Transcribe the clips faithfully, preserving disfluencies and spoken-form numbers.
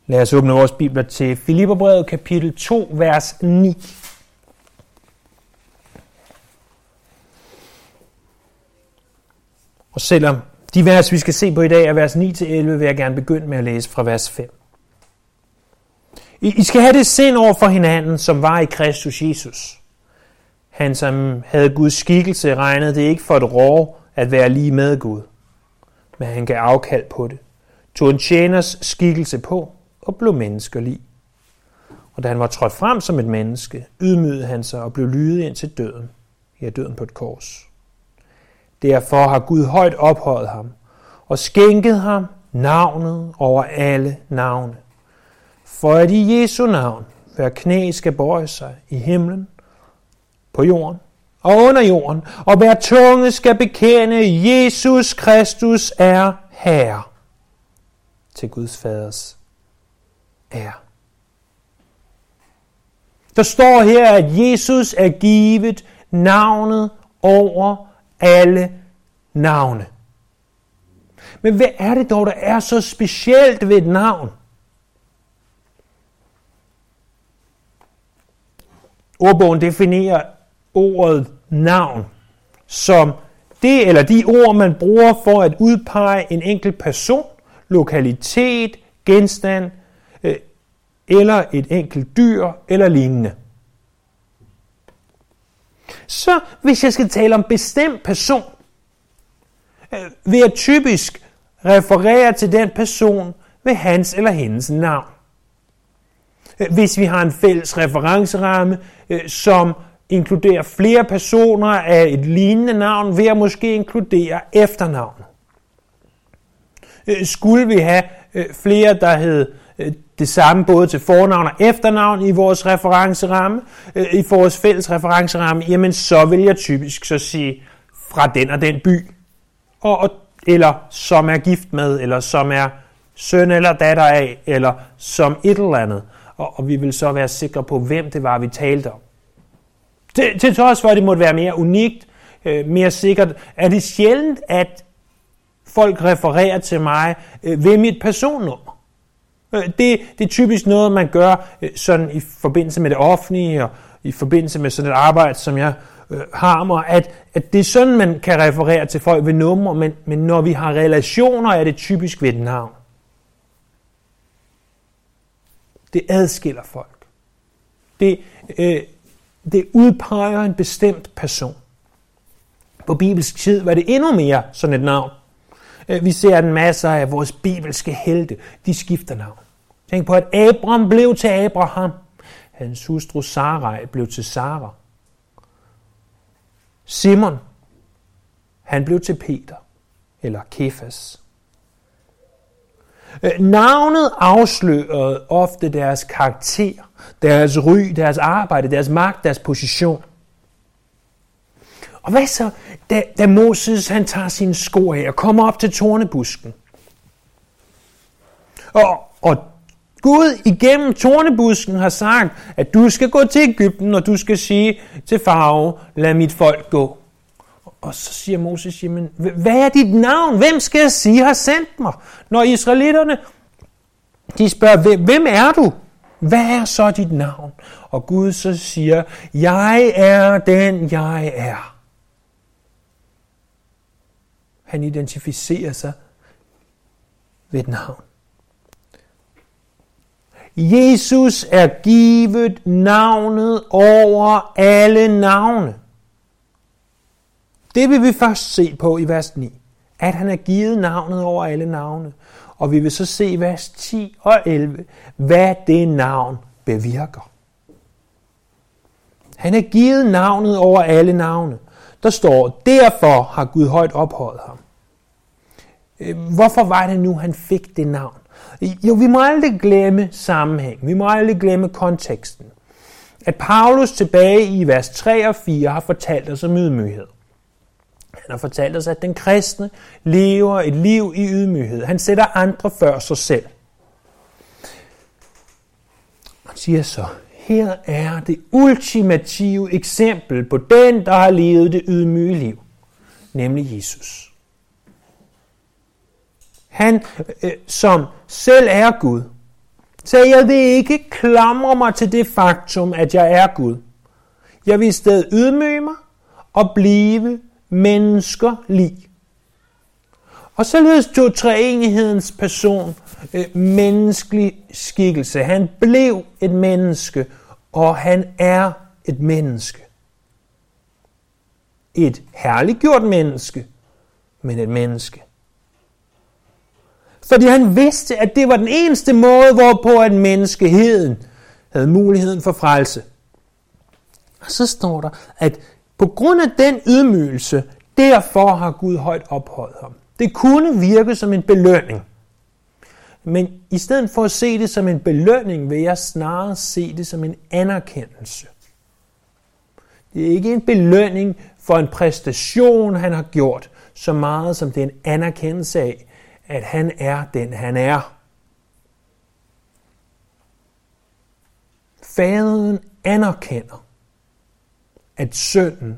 Lad os åbne vores bibler til Filipperbrevet kapitel to, vers ni. Og selvom de vers, vi skal se på i dag, er vers ni til elleve, vil jeg gerne begynde med at læse fra vers fem. I skal have det sind over for hinanden, som var i Kristus Jesus. Han, som havde Guds skikkelse, regnede det ikke for et rov at være lige med Gud, men han gav afkald på det, tog en tjeners skikkelse på og blev menneskelig. Og da han var trådt frem som et menneske, ydmygede han sig og blev lydig ind til døden, ja, døden på et kors. Derfor har Gud højt ophøjet ham og skænket ham navnet over alle navne, for at i Jesu navn hver knæ skal bøje sig i himlen, på jorden og under jorden, og hver tunge skal bekende, Jesus Kristus er Herre, til Guds Faders ære. Der står her, at Jesus er givet navnet over alle navne. Men hvad er det dog, der er så specielt ved et navn? Ordbogen definerer ordet navn som det eller de ord, man bruger for at udpege en enkelt person, lokalitet, genstand øh, eller et enkelt dyr eller lignende. Så hvis jeg skal tale om bestemt person, øh, vil jeg typisk referere til den person ved hans eller hendes navn. Hvis vi har en fælles referenceramme, øh, som inkluderer flere personer af et lignende navn, vil jeg måske inkludere efternavnet. Øh, skulle vi have øh, flere, der hed øh, det samme både til fornavn og efternavn i vores referenceramme, øh, i vores fælles referenceramme, jamen så vil jeg typisk så sige fra den og den by, og, og, eller som er gift med, eller som er søn eller datter af, eller som et eller andet. Og, og vi vil så være sikre på, hvem det var, vi talte om. Til, til trods for, at det måtte være mere unikt, øh, mere sikkert, er det sjældent, at folk refererer til mig øh, ved mit personnummer. Øh, det, det er typisk noget, man gør øh, sådan i forbindelse med det offentlige, og i forbindelse med sådan et arbejde, som jeg øh, har mig, at, at det er sådan, man kan referere til folk ved nummer, men, men når vi har relationer, er det typisk ved et navn. Det adskiller folk. Det, øh, det udpeger en bestemt person. På bibelsk tid var det endnu mere sådan et navn. Øh, vi ser en masse af vores bibelske helte. De skifter navn. Tænk på, at Abraham blev til Abraham. Hans hustru Sarai blev til Sara. Simon, han blev til Peter, eller Kefas. Navnet afslørede ofte deres karakter, deres ry, deres arbejde, deres magt, deres position. Og hvad så, da, da Moses han tager sine sko af og kommer op til tornebusken? Og, og Gud igennem tornebusken har sagt, at du skal gå til Egypten, og du skal sige til farao, lad mit folk gå. Og så siger Moses, jamen, hvad er dit navn? Hvem skal jeg sige har sendt mig? Når israelitterne, de spørger, hvem er du? Hvad er så dit navn? Og Gud så siger, jeg er den, jeg er. Han identificerer sig ved et navn. Jesus er givet navnet over alle navne. Det vil vi først se på i vers ni, at han er givet navnet over alle navne. Og vi vil så se i vers ti og elleve, hvad det navn bevirker. Han er givet navnet over alle navne. Der står, derfor har Gud højt ophøjet ham. Hvorfor var det nu, han fik det navn? Jo, vi må aldrig glemme sammenhæng. Vi må aldrig glemme konteksten. At Paulus tilbage i vers tre og fire har fortalt os om ydmyghed. Han har fortalt os, at den kristne lever et liv i ydmyghed. Han sætter andre før sig selv. Han siger så, her er det ultimative eksempel på den, der har levet det ydmyge liv, nemlig Jesus. Han, øh, som selv er Gud, Så jeg vil ikke klamre mig til det faktum, at jeg er Gud. Jeg vil i stedet ydmyge mig og blive mennesker lig. Og således tog treenighedens person øh, menneskelig skikkelse. Han blev et menneske, og han er et menneske. Et herliggjort menneske, men et menneske. Fordi han vidste, at det var den eneste måde, hvorpå at menneskeheden havde muligheden for frelse. Og så står der, at på grund af den ydmygelse, derfor har Gud højt ophøjet ham. Det kunne virke som en belønning. Men i stedet for at se det som en belønning, vil jeg snarere se det som en anerkendelse. Det er ikke en belønning for en præstation, han har gjort, så meget som det er en anerkendelse af, at han er den, han er. Faderen anerkender, at sønnen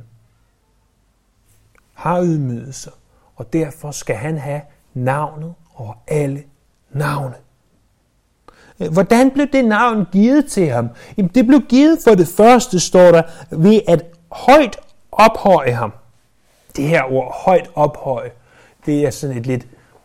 har ydmyget sig, og derfor skal han have navnet over alle navne. Hvordan blev det navn givet til ham? Jamen, det blev givet for det første, står der, ved at højt ophøje ham. Det her ord, højt ophøje, det er sådan et lidt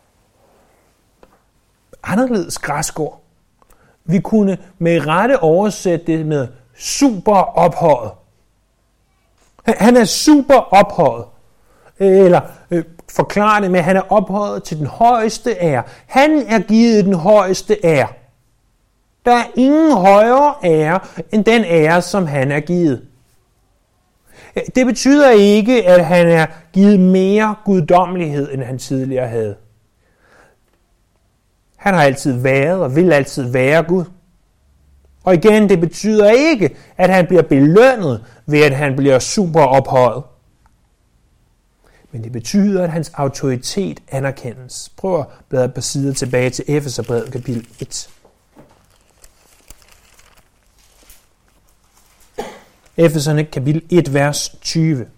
anderledes græsk ord. Vi kunne med rette oversætte det med super ophøjet. Han er super ophøjet. Eller øh, forklare det med, at han er ophøjet til den højeste ære. Han er givet den højeste ære. Der er ingen højere ære end den ære, som han er givet. Det betyder ikke, at han er givet mere guddommelighed, end han tidligere havde. Han har altid været og vil altid være Gud. Og igen, det betyder ikke, at han bliver belønnet ved, at han bliver super ophøjet. Men det betyder, at hans autoritet anerkendes. Prøv at bladre et par sider tilbage til Efeserbrevet kapitel et. Efeserne kapitel et, vers tyve.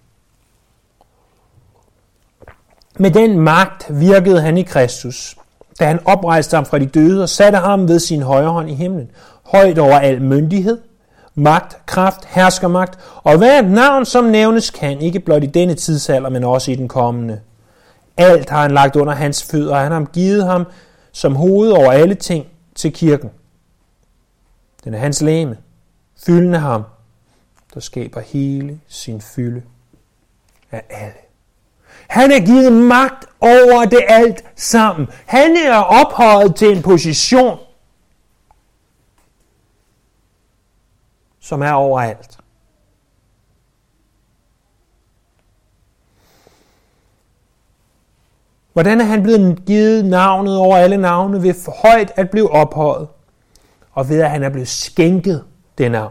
Med den magt virkede han i Kristus, da han oprejste ham fra de døde og satte ham ved sin højre hånd i himlen, højt over al myndighed, magt, kraft, herskermagt, og hvad et navn, som nævnes kan, ikke blot i denne tidsalder, men også i den kommende. Alt har han lagt under hans fødder, og han har givet ham som hoved over alle ting til kirken. Den er hans legeme, fyldende ham, der skaber hele sin fylde af alle. Han er givet magt over det alt sammen. Han er ophøjet til en position, som er overalt. Hvordan er han blevet givet navnet over alle navne? Ved for højt at blive ophøjet, og ved at han er blevet skænket det navn.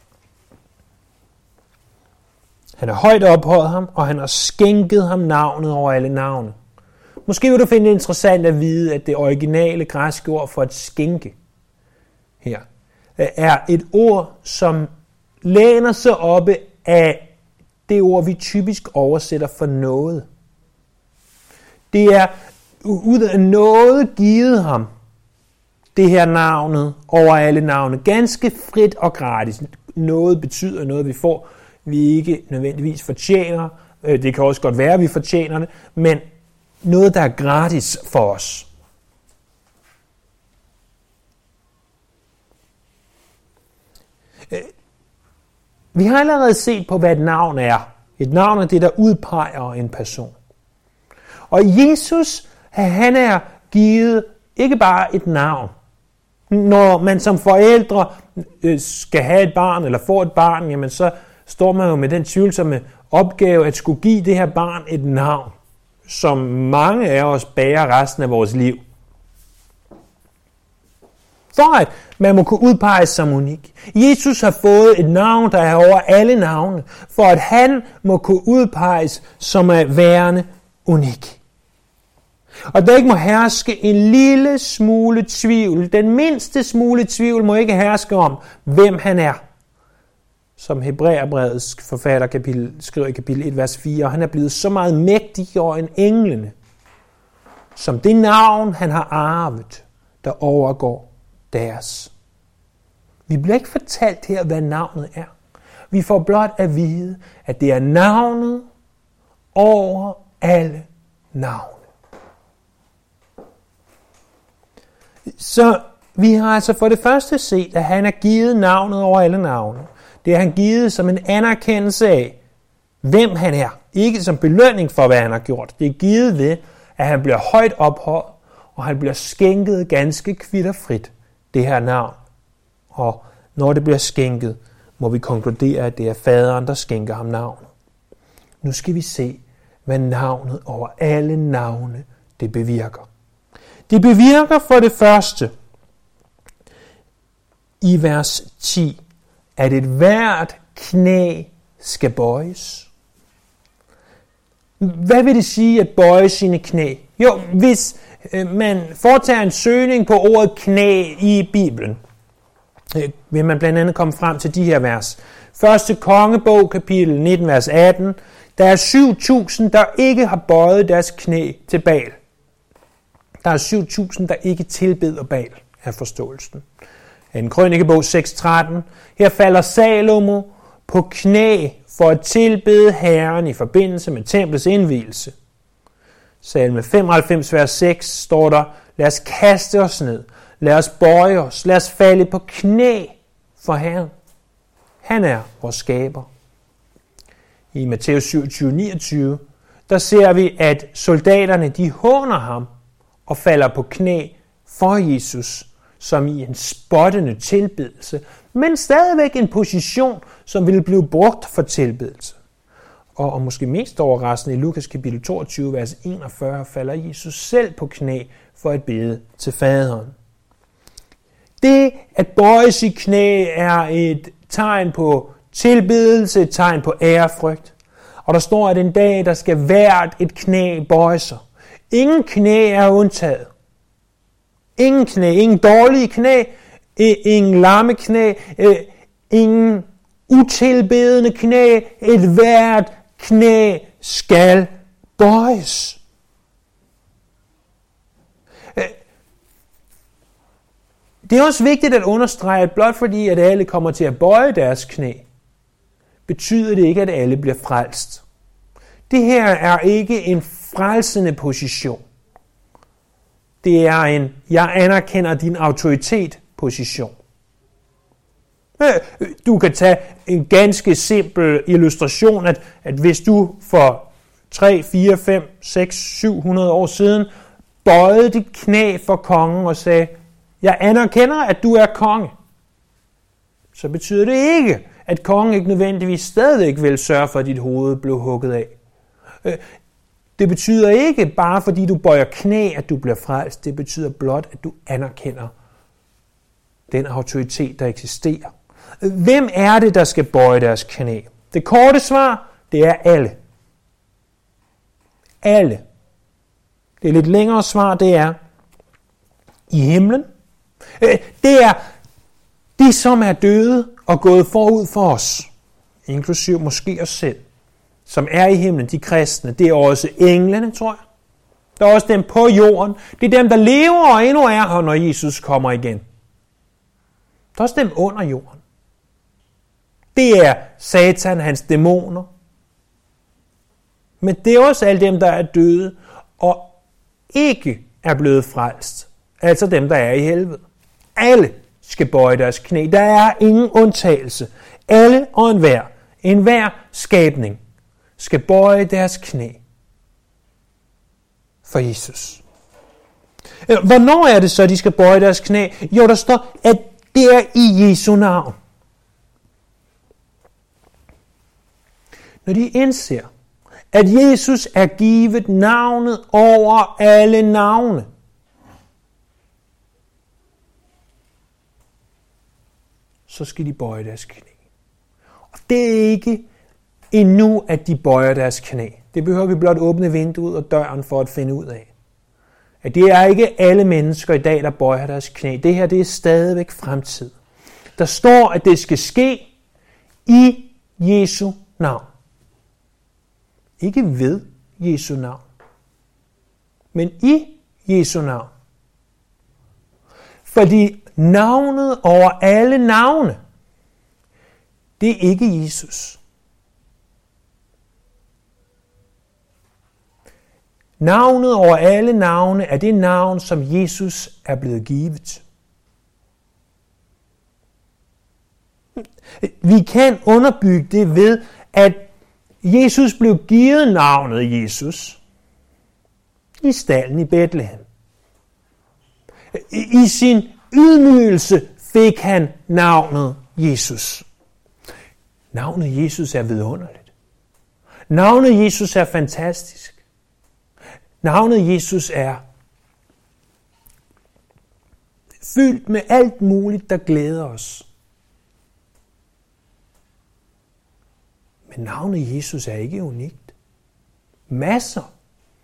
Han er højt ophøjet ham, og han har skænket ham navnet over alle navne. Måske vil du finde det interessant at vide, at det originale græske ord for at skænke her er et ord, som læner sig oppe af det ord, vi typisk oversætter for noget. Det er ud af noget givet ham, det her navnet over alle navne. Ganske frit og gratis. Noget betyder noget, vi får, vi ikke nødvendigvis fortjener. Det kan også godt være, at vi fortjener det, men noget, der er gratis for os. Vi har allerede set på, hvad et navn er. Et navn er det, der udpeger en person. Og Jesus, han er givet ikke bare et navn. Når man som forældre skal have et barn, eller får et barn, jamen så står man jo med den tvivlsomme opgave, at skulle give det her barn et navn, som mange af os bærer resten af vores liv. For at man må kunne udpeges som unik. Jesus har fået et navn, der er over alle navne, for at han må kunne udpeges som er værende unik. Og der ikke må herske en lille smule tvivl, den mindste smule tvivl må ikke herske om, hvem han er. Som Hebræerbrevets forfatter kapitel, skriver i kapitel et, vers fire, og han er blevet så meget mægtigere end englene, som det navn, han har arvet, der overgår deres Vi bliver ikke fortalt her, hvad navnet er. Vi får blot at vide, at det er navnet over alle navne. Så vi har altså for det første set, at han er givet navnet over alle navne. Det er han givet som en anerkendelse af, hvem han er. Ikke som belønning for, hvad han har gjort. Det er givet ved, at han bliver højt ophøjet, og han bliver skænket ganske kvitterfrit, det her navn. Og når det bliver skænket, må vi konkludere, at det er faderen, der skænker ham navnet. Nu skal vi se, hvad navnet over alle navne, det bevirker. Det bevirker for det første, i vers ti, at et hvert knæ skal bøjes. Hvad vil det sige at bøje sine knæ? Jo, hvis øh, man foretager en søgning på ordet knæ i Bibelen, øh, vil man blandt andet komme frem til de her vers. Første kongebog, kapitel nitten, vers atten. Der er syv tusind, der ikke har bøjet deres knæ til Baal. Der er syv tusind, der ikke tilbeder Baal, er forståelsen. En krønikebog seks tretten. Her falder Salomo på knæ for at tilbede Herren i forbindelse med templets indvielse. Salme femoghalvfems, vers seks står der, lad os kaste os ned, lad os bøje os, lad os falde på knæ for Herren. Han er vores skaber. I Matthæus syvogtyve, niogtyve, der ser vi, at soldaterne de håner ham og falder på knæ for Jesus, som i en spottende tilbedelse, men stadigvæk en position, som ville blive brugt for tilbedelse. Og, og måske mest overraskende i Lukas kapitel toogtyve, vers enogfyrre, falder Jesus selv på knæ for at bede til faderen. Det at bøje sit knæ er et tegn på tilbedelse, et tegn på ærefrygt. Og der står, at en dag, der skal hvert et knæ bøje sig. Ingen knæ er undtaget. Ingen knæ, ingen dårlige knæ, ingen lamme knæ, ingen utilbedende knæ. Et hvert knæ skal bøjes. Det er også vigtigt at understrege, at blot fordi, at alle kommer til at bøje deres knæ, betyder det ikke, at alle bliver frelst. Det her er ikke en frelsende position. Det er en, jeg anerkender din autoritet position. Du kan tage en ganske simpel illustration, at, at hvis du for tre, fire, fem, seks, syv hundrede år siden bøjede dit knæ for kongen og sagde, jeg anerkender, at du er konge, så betyder det ikke, at kongen ikke nødvendigvis stadigvæk vil sørge for, at dit hoved blev hugget af. Det betyder ikke bare, fordi du bøjer knæ, at du bliver frelst. Det betyder blot, at du anerkender den autoritet, der eksisterer. Hvem er det, der skal bøje deres knæ? Det korte svar, det er alle. Alle. Det lidt længere svar, det er i himlen. Det er de, som er døde og gået forud for os, inklusiv måske os selv, som er i himlen, de kristne. Det er også englene, tror jeg. Der er også dem på jorden. Det er dem, der lever og endnu er her, når Jesus kommer igen. Der er også dem under jorden. Det er Satan, hans dæmoner. Men det er også alle dem, der er døde og ikke er blevet frelst. Altså dem, der er i helvede. Alle skal bøje deres knæ. Der er ingen undtagelse. Alle og enhver, enhver skabning, skal bøje deres knæ for Jesus. Hvornår er det så, de skal bøje deres knæ? Jo, der står, at det er i Jesu navn. Når de indser, at Jesus er givet navnet over alle navne, så skal de bøje deres knæ. Og det er ikke endnu, at de bøjer deres knæ. Det behøver vi blot åbne vinduet og døren for at finde ud af. At det er ikke alle mennesker i dag, der bøjer deres knæ. Det her, det er stadigvæk fremtid. Der står, at det skal ske i Jesu navn. Ikke ved Jesu navn, men i Jesu navn. Fordi Navnet over alle navne, det er ikke Jesus. Navnet over alle navne er det navn, som Jesus er blevet givet. Vi kan underbygge det ved, at Jesus blev givet navnet Jesus i stalden i Bethlehem. I sin ydmygelse fik han navnet Jesus. Navnet Jesus er vidunderligt. Navnet Jesus er fantastisk. Navnet Jesus er fyldt med alt muligt, der glæder os. Men navnet Jesus er ikke unikt. Masser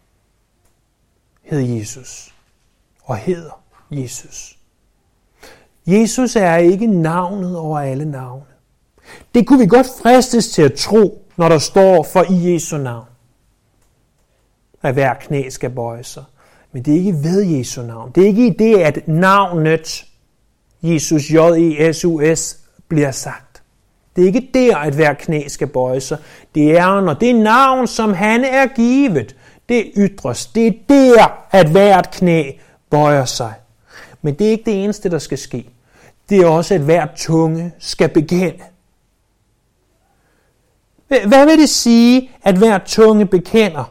hed Jesus og hedder Jesus. Jesus er ikke navnet over alle navne. Det kunne vi godt fristes til at tro, når der står for i Jesu navn, at hver knæ skal bøje sig. Men det er ikke ved Jesu navn. Det er ikke i det, at navnet Jesus, J E S U S, bliver sagt. Det er ikke der, at hver knæ skal bøje sig. Det er, når det navn, som han er givet, det ytres. Det er der, at hvert knæ bøjer sig. Men det er ikke det eneste, der skal ske. Det er også, at hver tunge skal bekende. Hvad vil det sige, at hver tunge bekender?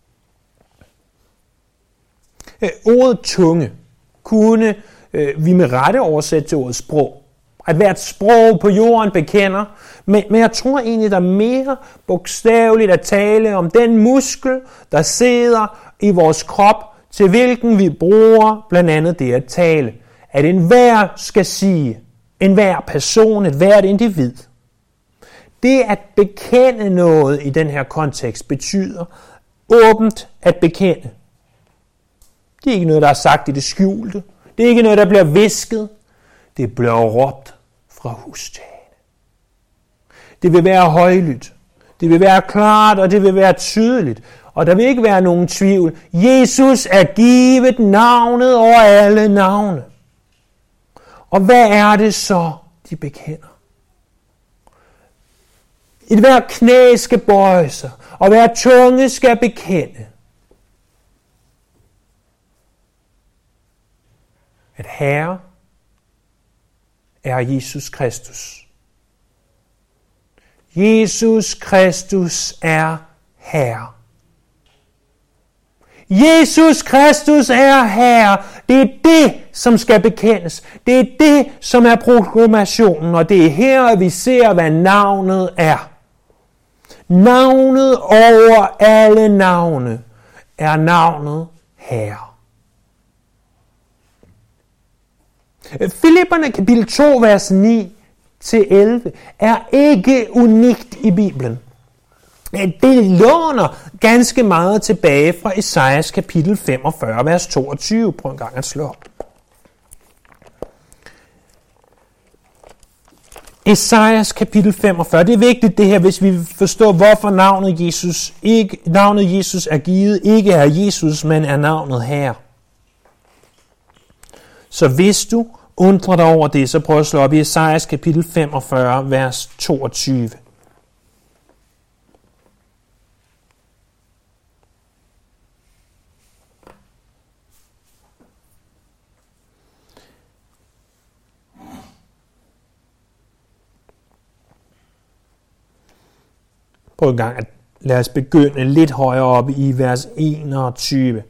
Ordet tunge kunne øh, vi med rette oversætte til ordet sprog. At hvert sprog på jorden bekender. Men, men jeg tror egentlig, der er mere bogstaveligt at tale om den muskel, der sidder i vores krop, til hvilken vi bruger blandt andet det at tale. At enhver skal sige, enhver person, et hvert individ. Det at bekende noget i den her kontekst betyder åbent at bekende. Det er ikke noget, der er sagt i det skjulte. Det er ikke noget, der bliver hvisket. Det bliver råbt fra hustagene. Det vil være højlydt. Det vil være klart, og det vil være tydeligt. Og der vil ikke være nogen tvivl. Jesus er givet navnet over alle navne. Og hvad er det så, de bekender? Et hver knæ skal bøje sig, og hver tunge skal bekende, at Herre er Jesus Kristus. Jesus Kristus er Herre. Jesus Kristus er Herre. Det er det, som skal bekendes. Det er det, som er proklamationen, og det er her, at vi ser, hvad navnet er. Navnet over alle navne er navnet Herre. Filipperne kapitel to, vers ni til elleve er ikke unikt i Bibelen. Det låner ganske meget tilbage fra Esajas kapitel femogfyrre, vers toogtyve. Prøv en gang at slå op. Esajas kapitel femogfyrre. Det er vigtigt det her, hvis vi forstår, hvorfor navnet Jesus, ikke, navnet Jesus er givet. Ikke er Jesus, men er navnet Herre. Så hvis du undrer dig over det, så prøv at slå op i Esajas kapitel femogfyrre, vers toogtyve. Prøv en gang at lad os begynde lidt højere oppe i vers enogtyve.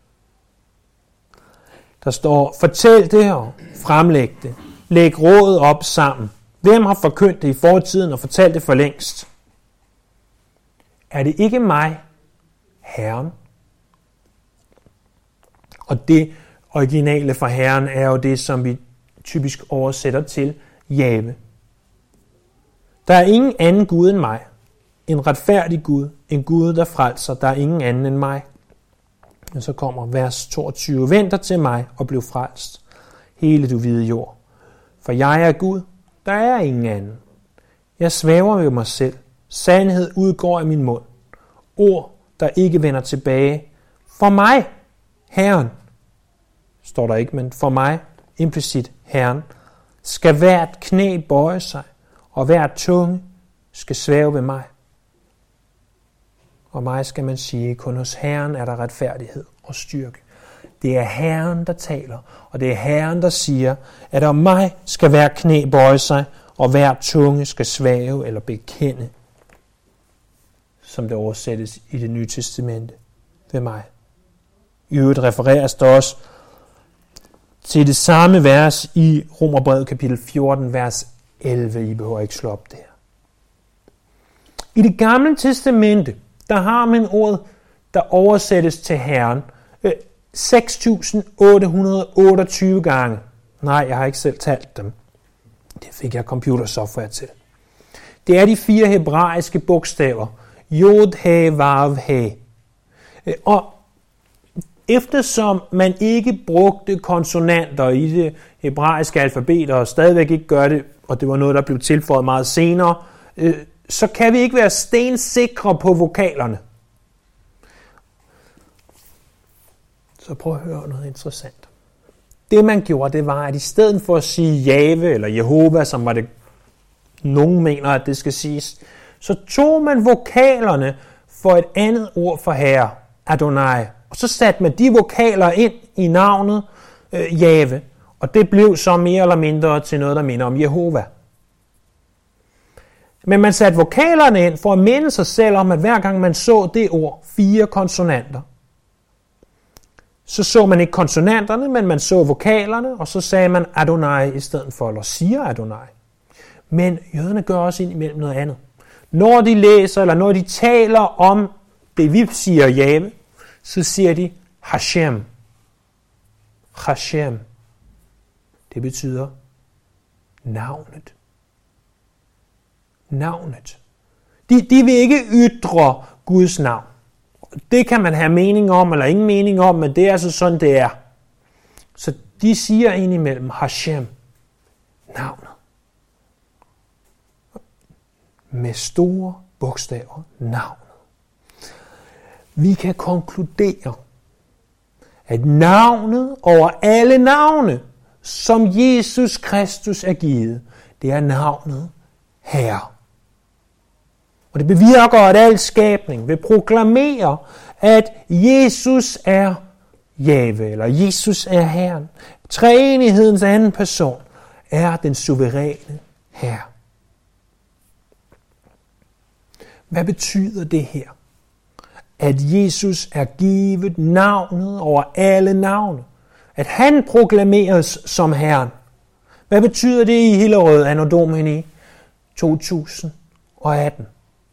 Der står, fortæl det og fremlæg det. Læg rådet op sammen. Hvem har forkyndt det i fortiden og fortalt det for længst? Er det ikke mig, Herren? Og det originale for Herren er jo det, som vi typisk oversætter til Jave. Der er ingen anden Gud end mig. En retfærdig Gud, en Gud, der frelser, der er ingen anden end mig. Og så kommer vers toogtyve. Vend dig til mig og bliv frelst, hele du hvide jord. For jeg er Gud, der er ingen anden. Jeg svæver ved mig selv. Sandhed udgår af min mund. Ord, der ikke vender tilbage. For mig, Herren, står der ikke, men for mig, implicit, Herren, skal hvert knæ bøje sig, og hver tunge skal svæve ved mig. Og mig skal man sige, kun hos Herren er der retfærdighed og styrke. Det er Herren, der taler, og det er Herren, der siger, at om mig skal hver knæ bøje sig, og hver tunge skal svæve eller bekende, som det oversættes i det nye testamente ved mig. I øvrigt refereres der også til det samme vers i Romerbrevet kapitel fjorten, vers elleve. I behøver ikke slå op det her. I det gamle testamente, der har man ordet, der oversættes til Herren, øh, seks tusind otte hundrede otteogtyve gange. Nej, jeg har ikke selv talt dem. Det fik jeg computersoftware til. Det er de fire hebraiske bogstaver. Jod, he, vav, he. Og eftersom man ikke brugte konsonanter i det hebraiske alfabet, og stadigvæk ikke gør det, og det var noget, der blev tilføjet meget senere, så kan vi ikke være stensikre på vokalerne. Så prøv at høre noget interessant. Det man gjorde, det var, at i stedet for at sige Jave eller Jehova, som var det, nogen mener, at det skal siges, så tog man vokalerne for et andet ord for herre, Adonai. Og så satte man de vokaler ind i navnet øh, Jave, og det blev så mere eller mindre til noget, der minder om Jehova. Men man satte vokalerne ind for at minde sig selv om, at hver gang man så det ord, fire konsonanter, så så man ikke konsonanterne, men man så vokalerne, og så sagde man Adonai i stedet for, eller siger Adonai. Men jøderne gør også ind imellem noget andet. Når de læser, eller når de taler om det, vi siger Jave, så siger de Hashem. Hashem. Det betyder navnet. Navnet. De, de vil ikke ytre Guds navn. Det kan man have mening om, eller ingen mening om, men det er altså sådan, det er. Så de siger indimellem Hashem. Navnet. Med store bogstaver. Navnet. Vi kan konkludere, at navnet over alle navne, som Jesus Kristus er givet, det er navnet Herre. Og det bevirker, at al skabning vil proklamere, at Jesus er Jave, eller Jesus er Herren. Treenighedens anden person er den suveræne Herre. Hvad betyder det her? At Jesus er givet navnet over alle navne. At han proklameres som Herren. Hvad betyder det i Hillerød Anno Domini to tusind atten?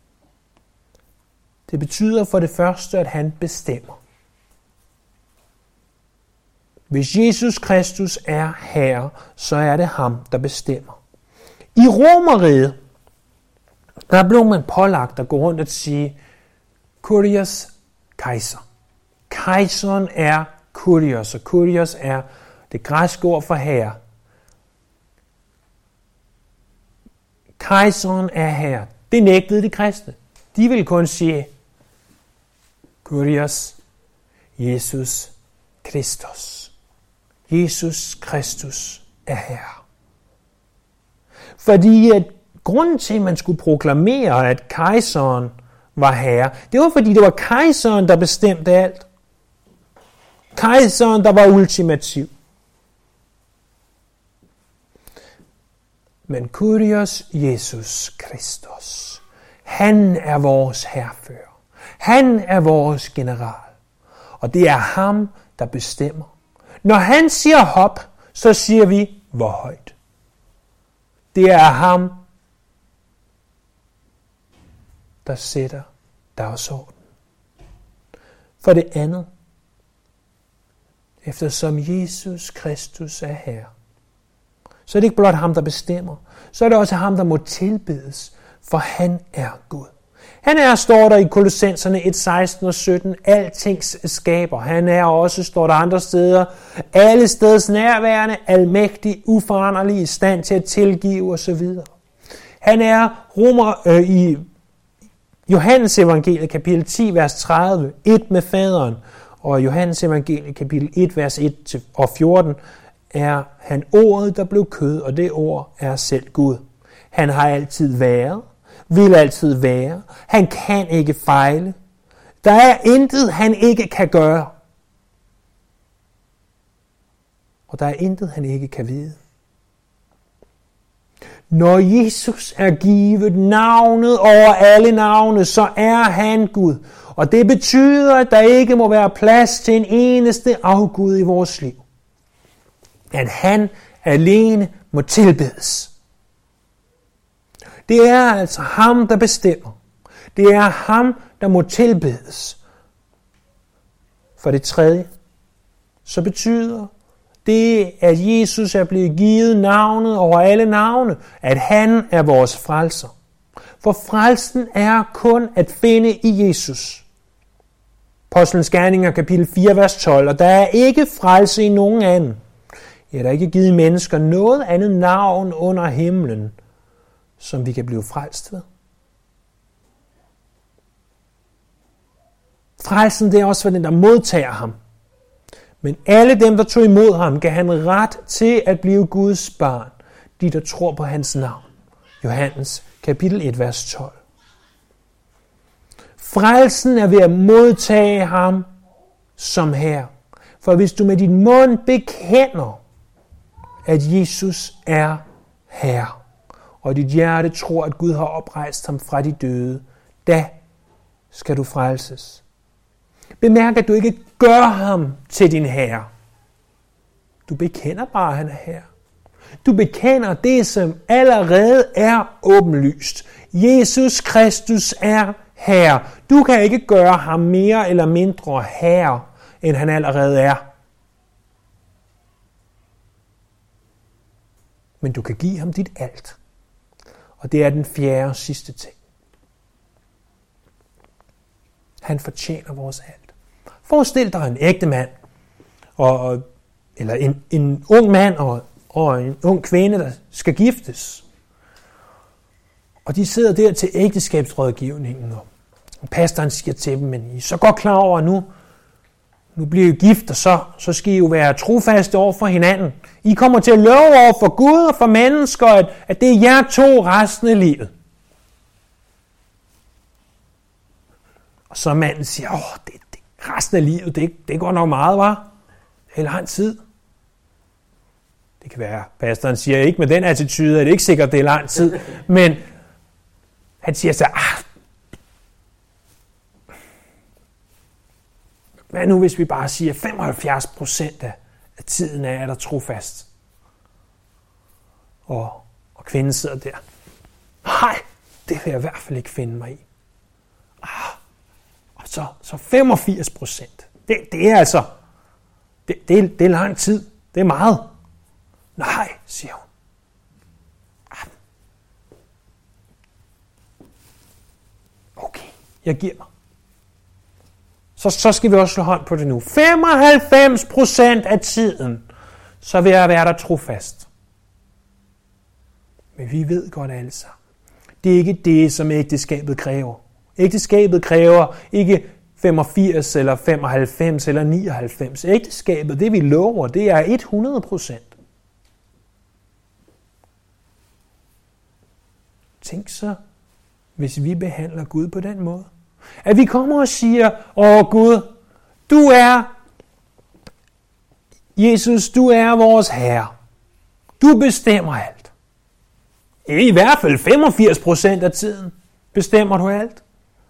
Det betyder for det første, at han bestemmer. Hvis Jesus Kristus er Herre, så er det ham, der bestemmer. I Romerriget, der blev man pålagt at gå rundt og sige, Kurios kejser. Kejseren er Kurios, og Kurios er det græske ord for herre. Kejseren er herre. Det nægtede de kristne. De ville kun sige, Kurios, Jesus Kristus. Jesus Kristus er herre. Fordi at grunden til, at man skulle proklamere, at kejseren var herre, det var fordi, det var kejseren, der bestemte alt. Kejseren, der var ultimativ. Men Kurios Jesus Kristus, han er vores herrefører. Han er vores general. Og det er ham, der bestemmer. Når han siger hop, så siger vi, hvor højt. Det er ham, der sætter dagsordenen. For det andet, eftersom Jesus Kristus er Herre, så er det ikke blot ham, der bestemmer, så er det også ham, der må tilbedes, for han er Gud. Han er, står der i Kolossenserne et, seksten og sytten, altings skaber. Han er også, står der andre steder, alle steds nærværende, almægtig, uforanderlig, i stand til at tilgive osv. Han er romer øh, i Johannes evangeliet kapitel ti, vers tredive, et med faderen, og Johannes evangeliet kapitel et, vers et og fjorten, er han ordet, der blev kød, og det ord er selv Gud. Han har altid været, vil altid være. Han kan ikke fejle. Der er intet, han ikke kan gøre. Og der er intet, han ikke kan vide. Når Jesus er givet navnet over alle navne, så er han Gud. Og det betyder, at der ikke må være plads til en eneste afgud i vores liv. At han alene må tilbedes. Det er altså ham, der bestemmer. Det er ham, der må tilbedes. For det tredje, så betyder det, at Jesus er blevet givet navnet over alle navne, at han er vores frelser. For frelsen er kun at finde i Jesus. Apostlenes Gerninger, kapitel fire, vers tolv, og der er ikke frelse i nogen anden. Ja, der er ikke givet mennesker noget andet navn under himlen, som vi kan blive frelst ved. Frelsen, det er også for den, der modtager ham. Men alle dem, der tog imod ham, gav han ret til at blive Guds barn, de der tror på hans navn. Johannes, kapitel et, vers tolv. Frelsen er ved at modtage ham som Herre. For hvis du med din mund bekender, at Jesus er Herre, og dit hjerte tror, at Gud har oprejst ham fra de døde, da skal du frelses. Bemærk, at du ikke gør ham til din Herre. Du bekender bare, at han er Herre. Du bekender det, som allerede er åbenlyst. Jesus Kristus er Herre. Du kan ikke gøre ham mere eller mindre Herre, end han allerede er. Men du kan give ham dit alt. Og det er den fjerde og sidste ting. Han fortjener vores alt. Forestil dig en ægte mand, og, eller en, en ung mand og, og en ung kvinde, der skal giftes. Og de sidder der til ægteskabsrådgivningen, og pastoren siger til dem, men I er så godt klar over, at nu, nu bliver I gift, og så, så skal I jo være trofaste over for hinanden. I kommer til at love over for Gud og for mennesker, at, at det er jer to resten af livet. Og så manden siger, åh, det, det, resten af livet, det, det går nok meget, var. Det er lang tid. Det kan være, pastoren siger ikke med den attitude, at det ikke sikkert, det er lang tid. Men han siger så, ah, hvad nu hvis vi bare siger, femoghalvfjerds procent af, af tiden er der trofast. Og, og kvinden sidder der. Nej, det vil jeg i hvert fald ikke finde mig i. Ah, og så, så femogfirs procent. Det, det er altså, det, det, er, det er lang tid. Det er meget. Nej, siger hun. Ah. Okay, jeg giver mig. Så, så skal vi også slå hånd på det nu. femoghalvfems procent af tiden, så vil jeg være der trofast. Men vi ved godt alle sammen. Det er ikke det, som ægteskabet kræver. Ægteskabet kræver ikke femogfirs eller femoghalvfems eller nioghalvfems. Ægteskabet, det vi lover, det er hundrede procent. Tænk så, hvis vi behandler Gud på den måde. At vi kommer og siger, åh Gud, du er, Jesus, du er vores Herre. Du bestemmer alt. I hvert fald femogfirs procent af tiden bestemmer du alt.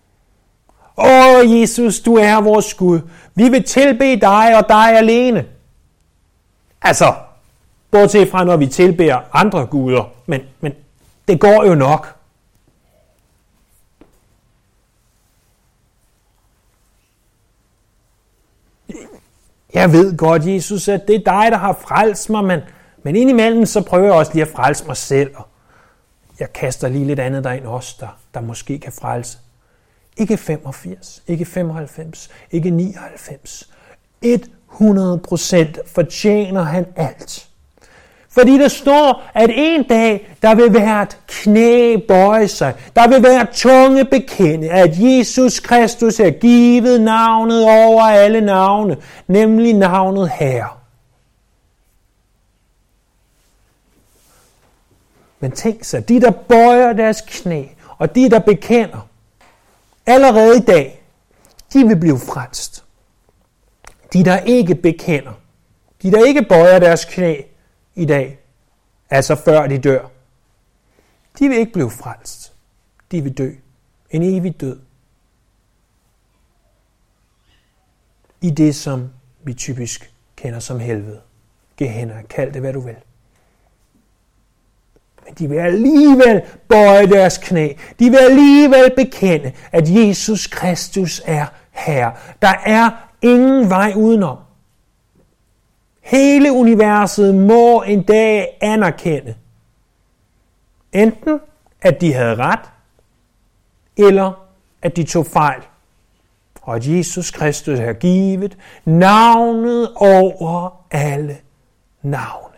Åh Jesus, du er vores Gud. Vi vil tilbede dig og dig alene. Altså, bortset fra når vi tilbeder andre guder, men, men det går jo nok. Jeg ved godt, Jesus, at det er dig, der har frelst mig, men, men indimellem så prøver jeg også lige at frelse mig selv. Og jeg kaster lige lidt andet derind også, der, der måske kan frelse. Ikke femogfirs, ikke femoghalvfems, ikke nioghalvfems. hundrede procent fortjener han alt. Fordi der står, at en dag, der vil være et knæ bøje sig. Der vil være tunge bekende, at Jesus Kristus er givet navnet over alle navne, nemlig navnet Herre. Men tænk sig, de der bøjer deres knæ, og de der bekender, allerede i dag, de vil blive frelst. De der ikke bekender, de der ikke bøjer deres knæ i dag, altså før de dør, de vil ikke blive frelst. De vil dø. En evig død. I det, som vi typisk kender som helvede. Gehenna, kald det hvad du vil. Men de vil alligevel bøje deres knæ. De vil alligevel bekende, at Jesus Kristus er Herre. Der er ingen vej udenom. Hele universet må en dag anerkende, enten at de havde ret, eller at de tog fejl, og at Jesus Kristus har givet navnet over alle navne.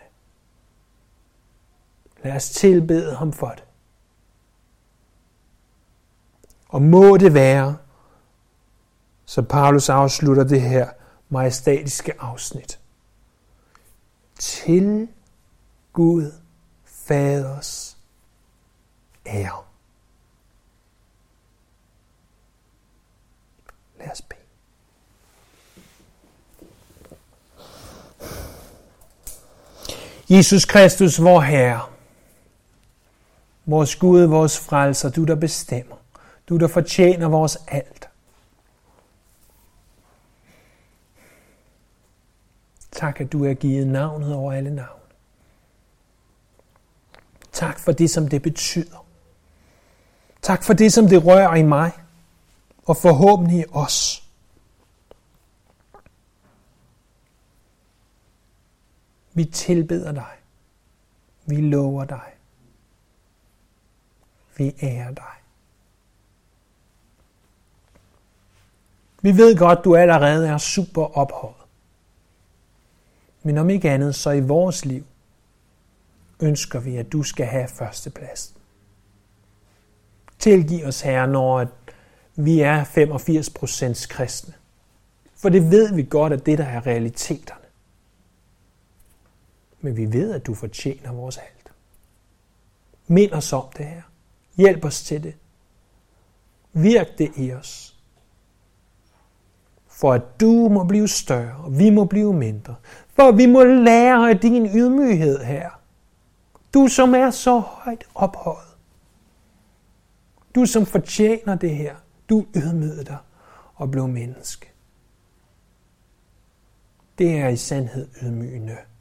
Lad os tilbede ham for det. Og må det være, så Paulus afslutter det her majestætiske afsnit. Til Gud Faders ære. Lad os bede. Jesus Kristus, vor Herre, vores Gud, vores frelser, du der bestemmer, du der fortjener vores alt. Tak, at du er givet navnet over alle navne. Tak for det, som det betyder. Tak for det, som det rører i mig, og forhåbentlig i os. Vi tilbeder dig. Vi lover dig. Vi ærer dig. Vi ved godt, du allerede er super ophøjet. Men om ikke andet, så i vores liv ønsker vi, at du skal have førstepladsen. Tilgiv os, Herre, når vi er femogfirs procent kristne. For det ved vi godt, at det der er realiteterne. Men vi ved, at du fortjener vores alt. Mind os om det her. Hjælp os til det. Virk det i os. For at du må blive større, og vi må blive mindre. For vi må lære af din ydmyghed her. Du som er så højt ophøjet. Du som fortjener det her. Du ydmygede dig og blev menneske. Det er i sandhed ydmygende.